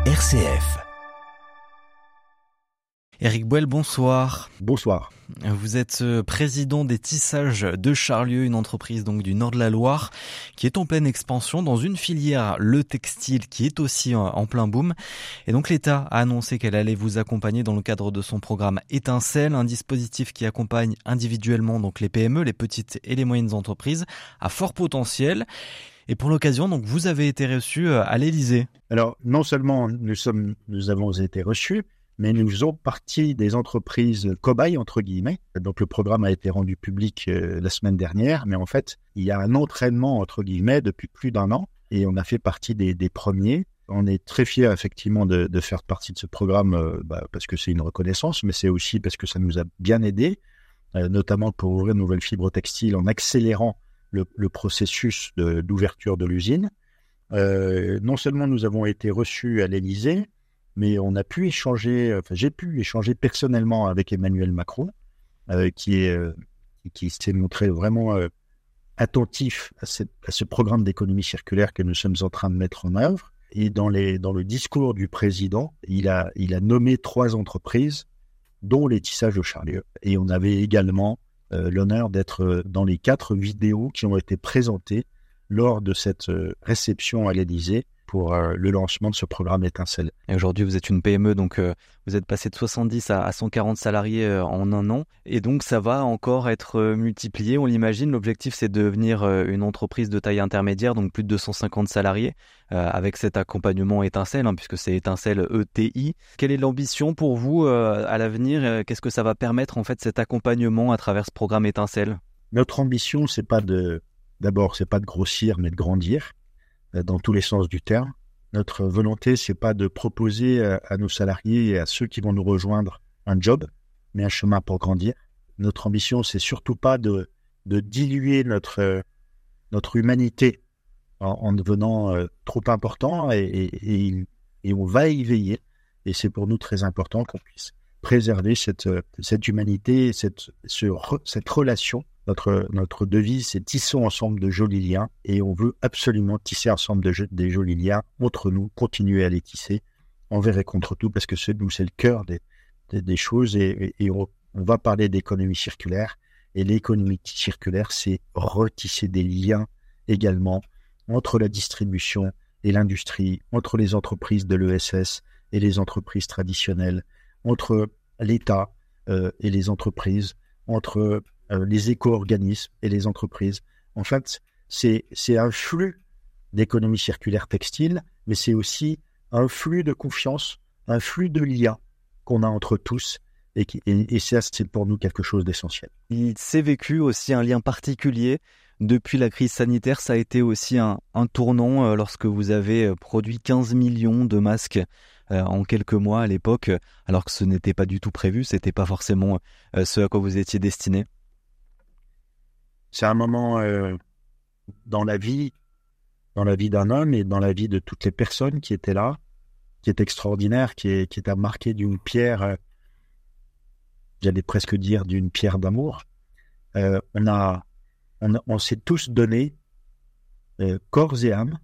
RCF. Éric Bouel, bonsoir. Bonsoir. Vous êtes président des Tissages de Charlieu, une entreprise donc du nord de la Loire qui est en pleine expansion dans une filière, le textile, qui est aussi en plein boom. Et donc l'État a annoncé qu'elle allait vous accompagner dans le cadre de son programme Étincelle, un dispositif qui accompagne individuellement donc les PME, les petites et les moyennes entreprises à fort potentiel. Et pour l'occasion, donc vous avez été reçu à l'Élysée. Alors non seulement nous avons été reçus, mais nous faisons partie des entreprises cobayes, entre guillemets. Donc le programme a été rendu public la semaine dernière, mais en fait, il y a un entraînement, entre guillemets, depuis plus d'1 an, et on a fait partie des premiers. On est très fiers, effectivement, de faire partie de ce programme, parce que c'est une reconnaissance, mais c'est aussi parce que ça nous a bien aidés, notamment pour ouvrir de nouvelles fibres textiles en accélérant le processus d'ouverture de l'usine. Non seulement nous avons été reçus à l'Élysée, mais on a pu échanger, j'ai pu échanger personnellement avec Emmanuel Macron, qui s'est montré vraiment attentif à ce programme d'économie circulaire que nous sommes en train de mettre en œuvre. Et dans le discours du président, il a nommé 3 entreprises, dont les Tissages de Charlieu. Et on avait également l'honneur d'être dans les 4 vidéos qui ont été présentées lors de cette réception à l'Élysée pour le lancement de ce programme Étincelle. Et aujourd'hui, vous êtes une PME, donc vous êtes passé de 70 à 140 salariés en 1 an. Et donc, ça va encore être multiplié, on l'imagine. L'objectif, c'est de devenir une entreprise de taille intermédiaire, donc plus de 250 salariés, avec cet accompagnement Étincelle, puisque c'est Étincelle ETI. Quelle est l'ambition pour vous à l'avenir ? Qu'est-ce que ça va permettre, en fait, cet accompagnement à travers ce programme Étincelle ? Notre ambition, c'est pas de grossir, mais de grandir, dans tous les sens du terme. Notre volonté, c'est pas de proposer à nos salariés et à ceux qui vont nous rejoindre un job, mais un chemin pour grandir. Notre ambition, c'est surtout pas de diluer notre humanité en devenant trop important, et on va y veiller. Et c'est pour nous très important qu'on puisse préserver cette humanité, cette relation. Notre devise, c'est tissons ensemble de jolis liens, et on veut absolument tisser ensemble des jolis liens entre nous, continuer à les tisser envers et contre tout, parce que c'est le cœur des choses, et on va parler d'économie circulaire, et l'économie circulaire, c'est retisser des liens également entre la distribution et l'industrie, entre les entreprises de l'ESS et les entreprises traditionnelles, entre l'État et les entreprises, entre les éco-organismes et les entreprises. En fait, c'est un flux d'économie circulaire textile, mais c'est aussi un flux de confiance, un flux de liens qu'on a entre tous, et ça, c'est pour nous quelque chose d'essentiel. Il s'est vécu aussi un lien particulier. Depuis la crise sanitaire, ça a été aussi un tournant lorsque vous avez produit 15 millions de masques en quelques mois à l'époque, alors que ce n'était pas du tout prévu, c'était pas forcément ce à quoi vous étiez destiné. C'est un moment dans la vie d'un homme et dans la vie de toutes les personnes qui étaient là, qui est extraordinaire, qui est marqué d'une pierre, j'allais presque dire d'une pierre d'amour. On s'est tous donné cœurs et âme,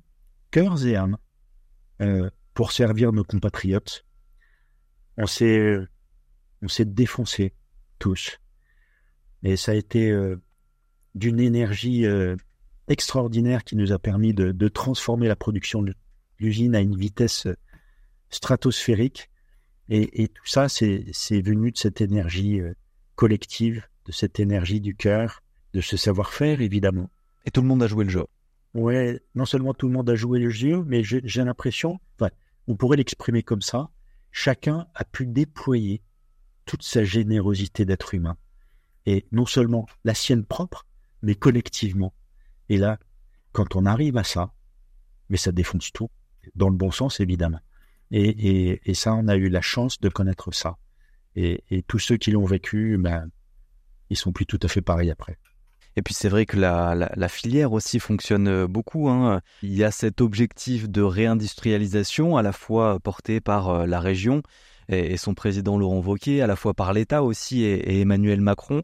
pour servir nos compatriotes. On s'est défoncé tous, et ça a été d'une énergie extraordinaire qui nous a permis de transformer la production de l'usine à une vitesse stratosphérique. Et tout ça, c'est venu de cette énergie collective, de cette énergie du cœur, de ce savoir-faire, évidemment. Et tout le monde a joué le jeu. Ouais, non seulement tout le monde a joué le jeu, mais j'ai l'impression, on pourrait l'exprimer comme ça, chacun a pu déployer toute sa générosité d'être humain. Et non seulement la sienne propre, mais collectivement. Et là, quand on arrive à ça, mais ça défonce tout, dans le bon sens évidemment. Et ça, on a eu la chance de connaître ça. Et tous ceux qui l'ont vécu, ils sont plus tout à fait pareils après. Et puis c'est vrai que la filière aussi fonctionne beaucoup. Il y a cet objectif de réindustrialisation à la fois porté par la région et son président Laurent Wauquiez, à la fois par l'État aussi et Emmanuel Macron.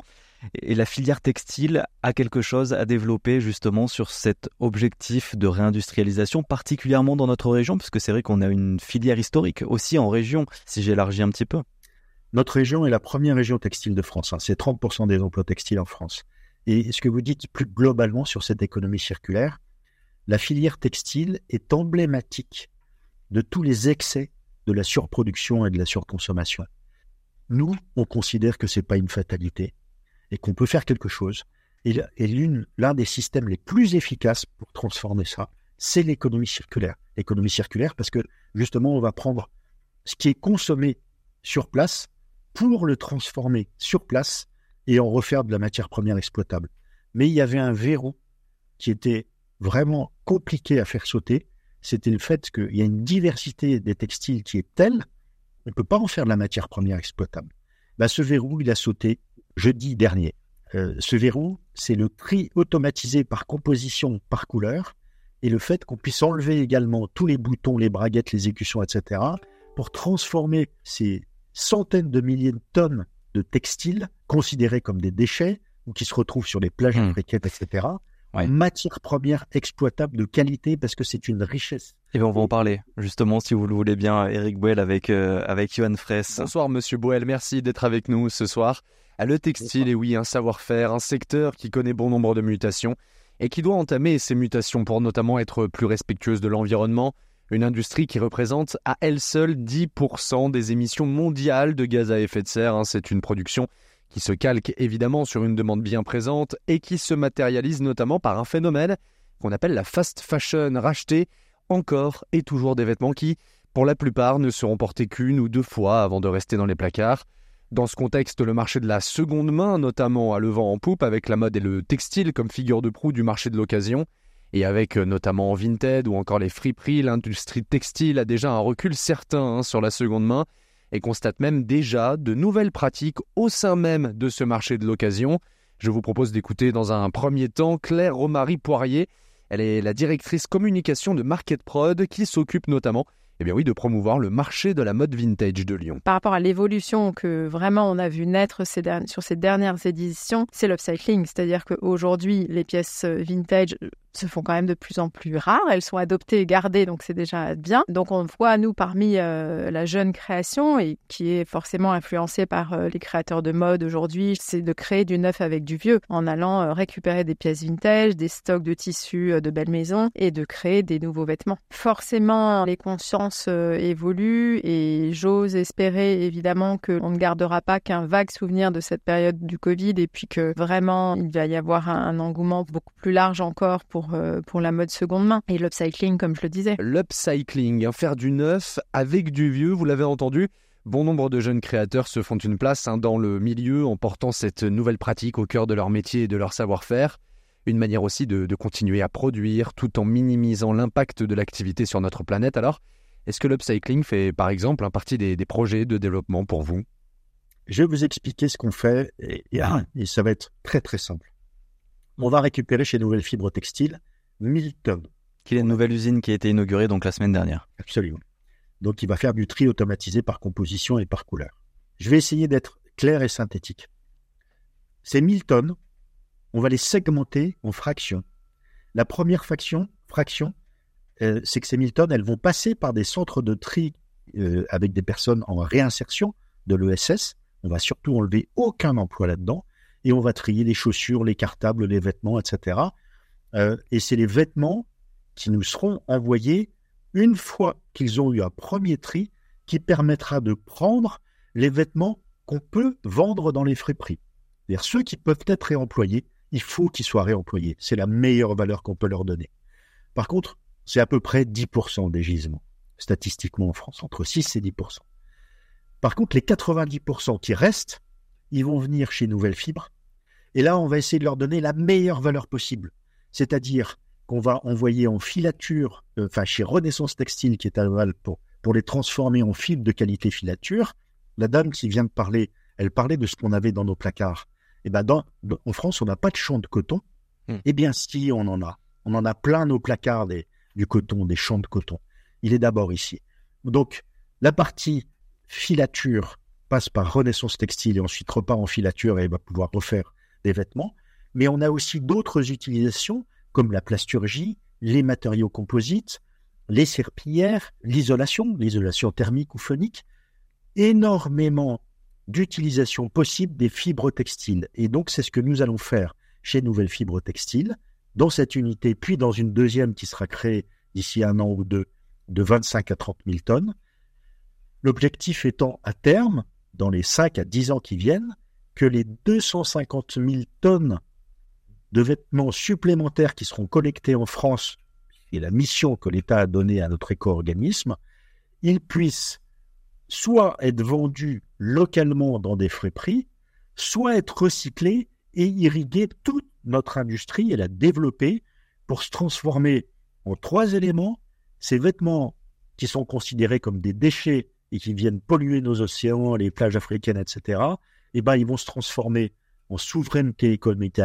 Et la filière textile a quelque chose à développer justement sur cet objectif de réindustrialisation, particulièrement dans notre région, puisque c'est vrai qu'on a une filière historique aussi en région, si j'élargis un petit peu. Notre région est la première région textile de France. C'est 30% des emplois textiles en France. Et ce que vous dites plus globalement sur cette économie circulaire, la filière textile est emblématique de tous les excès de la surproduction et de la surconsommation. Nous, on considère que ce n'est pas une fatalité et qu'on peut faire quelque chose. Et l'un des systèmes les plus efficaces pour transformer ça, c'est l'économie circulaire. L'économie circulaire parce que justement, on va prendre ce qui est consommé sur place pour le transformer sur place et en refaire de la matière première exploitable. Mais il y avait un verrou qui était vraiment compliqué à faire sauter, c'était le fait qu'il y a une diversité des textiles qui est telle, on ne peut pas en faire de la matière première exploitable. Ce verrou, il a sauté jeudi dernier. Ce verrou, c'est le tri automatisé par composition, par couleur, et le fait qu'on puisse enlever également tous les boutons, les braguettes, les écussons, etc., pour transformer ces centaines de milliers de tonnes de textiles considérés comme des déchets, ou qui se retrouvent sur les plages africaines, etc., en matière première exploitable de qualité, parce que c'est une richesse. Et bien on va en parler, justement, si vous le voulez bien, Éric Boel avec Johan Fraisse. Bonsoir Monsieur Boel, merci d'être avec nous ce soir. Le textile est oui un savoir-faire, un secteur qui connaît bon nombre de mutations et qui doit entamer ces mutations pour notamment être plus respectueuse de l'environnement. Une industrie qui représente à elle seule 10% des émissions mondiales de gaz à effet de serre. C'est une production qui se calque évidemment sur une demande bien présente et qui se matérialise notamment par un phénomène qu'on appelle la fast fashion, racheter encore et toujours des vêtements qui, pour la plupart, ne seront portés qu'une ou deux fois avant de rester dans les placards. Dans ce contexte, le marché de la seconde main, notamment, a le vent en poupe avec la mode et le textile comme figure de proue du marché de l'occasion. Et avec notamment Vinted ou encore les friperies, l'industrie textile a déjà un recul certain sur la seconde main et constate même déjà de nouvelles pratiques au sein même de ce marché de l'occasion. Je vous propose d'écouter dans un premier temps Claire Romary Poirier. Elle est la directrice communication de Market Prod qui s'occupe notamment de promouvoir le marché de la mode vintage de Lyon. Par rapport à l'évolution que vraiment on a vu naître sur ces dernières éditions, c'est l'upcycling. C'est-à-dire qu'aujourd'hui, les pièces vintage se font quand même de plus en plus rares. Elles sont adoptées et gardées, donc c'est déjà bien. Donc on voit, nous, parmi la jeune création, et qui est forcément influencée par les créateurs de mode aujourd'hui, c'est de créer du neuf avec du vieux, en allant récupérer des pièces vintage, des stocks de tissus de belles maisons, et de créer des nouveaux vêtements. Forcément, les consciences évoluent, et j'ose espérer évidemment qu'on ne gardera pas qu'un vague souvenir de cette période du Covid, et puis que vraiment il va y avoir un engouement beaucoup plus large encore pour la mode seconde main et l'upcycling, comme je le disais. L'upcycling, faire du neuf avec du vieux, vous l'avez entendu, bon nombre de jeunes créateurs se font une place dans le milieu en portant cette nouvelle pratique au cœur de leur métier et de leur savoir-faire. Une manière aussi de continuer à produire tout en minimisant l'impact de l'activité sur notre planète. Alors, est-ce que l'upcycling fait par exemple partie des projets de développement pour vous ? Je vais vous expliquer ce qu'on fait et ça va être très très simple. On va récupérer chez Nouvelle Fibre Textile 1000 tonnes. Qu'il y a une nouvelle usine qui a été inaugurée donc la semaine dernière. Absolument. Donc il va faire du tri automatisé par composition et par couleur. Je vais essayer d'être clair et synthétique. Ces 1000 tonnes, on va les segmenter en fractions. La première fraction, c'est que ces 1000 tonnes, elles vont passer par des centres de tri avec des personnes en réinsertion de l'ESS. On va surtout enlever aucun emploi là-dedans. Et on va trier les chaussures, les cartables, les vêtements, etc. Et c'est les vêtements qui nous seront envoyés une fois qu'ils ont eu un premier tri qui permettra de prendre les vêtements qu'on peut vendre dans les friperies. C'est-à-dire ceux qui peuvent être réemployés, il faut qu'ils soient réemployés. C'est la meilleure valeur qu'on peut leur donner. Par contre, c'est à peu près 10% des gisements, statistiquement en France, entre 6 et 10%. Par contre, les 90% qui restent, ils vont venir chez Nouvelle Fibre. Et là, on va essayer de leur donner la meilleure valeur possible. C'est-à-dire qu'on va envoyer en filature, chez Renaissance Textile, qui est à Laval, pour les transformer en fibres de qualité filature. La dame qui vient de parler, elle parlait de ce qu'on avait dans nos placards. Et en France, on n'a pas de champ de coton. Eh bien, si, on en a. On en a plein nos placards du coton, des champs de coton. Il est d'abord ici. Donc, la partie filature passe par Renaissance Textile et ensuite repart en filature et va pouvoir refaire des vêtements, mais on a aussi d'autres utilisations comme la plasturgie, les matériaux composites, les serpillères, l'isolation thermique ou phonique, énormément d'utilisation possible des fibres textiles. Et donc, c'est ce que nous allons faire chez Nouvelles Fibres Textiles, dans cette unité, puis dans une deuxième qui sera créée d'ici 1 an ou 2, de 25 à 30 000 tonnes. L'objectif étant, à terme, dans les 5 à 10 ans qui viennent, que les 250 000 tonnes de vêtements supplémentaires qui seront collectés en France, et la mission que l'État a donnée à notre éco-organisme, ils puissent soit être vendus localement dans des friperies, soit être recyclés et irriguer toute notre industrie et la développer pour se transformer en 3 éléments. Ces vêtements qui sont considérés comme des déchets et qui viennent polluer nos océans, les plages africaines, etc., ils vont se transformer en souveraineté économique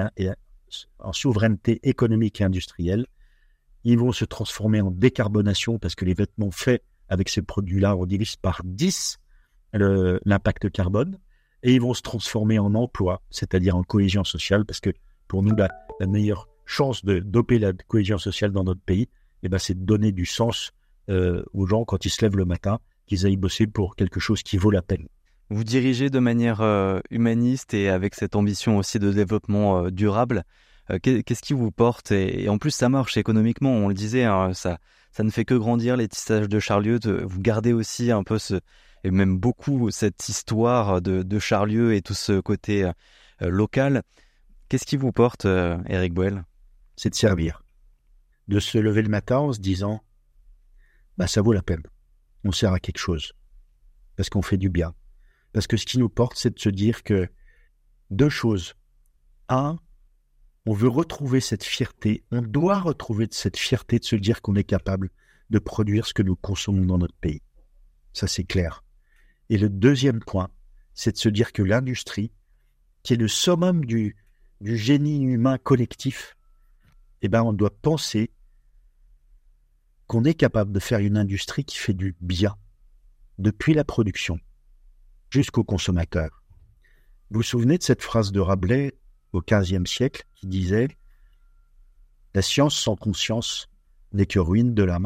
et industrielle. Ils vont se transformer en décarbonation parce que les vêtements faits avec ces produits-là, on divise par 10 l'impact carbone. Et ils vont se transformer en emploi, c'est-à-dire en cohésion sociale, parce que pour nous, la meilleure chance de doper la cohésion sociale dans notre pays, c'est de donner du sens aux gens quand ils se lèvent le matin, qu'ils aillent bosser pour quelque chose qui vaut la peine. Vous dirigez de manière humaniste et avec cette ambition aussi de développement durable. Qu'est-ce qui vous porte et en plus, ça marche économiquement, on le disait, hein, ça ne fait que grandir les tissages de Charlieu. Vous gardez aussi un peu et même beaucoup cette histoire de Charlieu et tout ce côté local. Qu'est-ce qui vous porte, Éric Boel ? C'est de servir. De se lever le matin en se disant ça vaut la peine. On sert à quelque chose. Parce qu'on fait du bien. Parce que ce qui nous porte, c'est de se dire que 2 choses. 1, on veut retrouver cette fierté. On doit retrouver cette fierté de se dire qu'on est capable de produire ce que nous consommons dans notre pays. Ça, c'est clair. Et le deuxième point, c'est de se dire que l'industrie, qui est le summum du génie humain collectif, on doit penser qu'on est capable de faire une industrie qui fait du bien, depuis la production jusqu'au consommateur. Vous vous souvenez de cette phrase de Rabelais au XVe siècle qui disait « La science sans conscience n'est que ruine de l'âme ».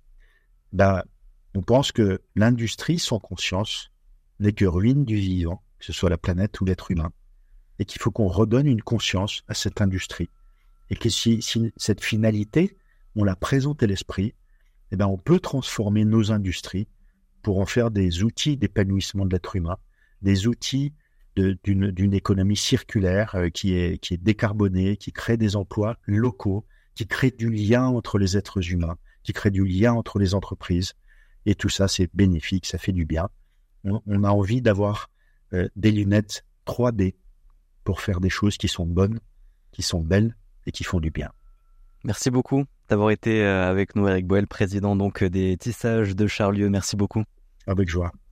On pense que l'industrie sans conscience n'est que ruine du vivant, que ce soit la planète ou l'être humain, et qu'il faut qu'on redonne une conscience à cette industrie. Et que si cette finalité, on la présente à l'esprit, on peut transformer nos industries pour en faire des outils d'épanouissement de l'être humain, des outils d'une économie circulaire qui est décarbonée, qui crée des emplois locaux, qui crée du lien entre les êtres humains, qui crée du lien entre les entreprises. Et tout ça, c'est bénéfique, ça fait du bien. On a envie d'avoir des lunettes 3D pour faire des choses qui sont bonnes, qui sont belles et qui font du bien. Merci beaucoup d'avoir été avec nous, Éric Boel, président donc des Tissages de Charlieu. Merci beaucoup. Avec joie.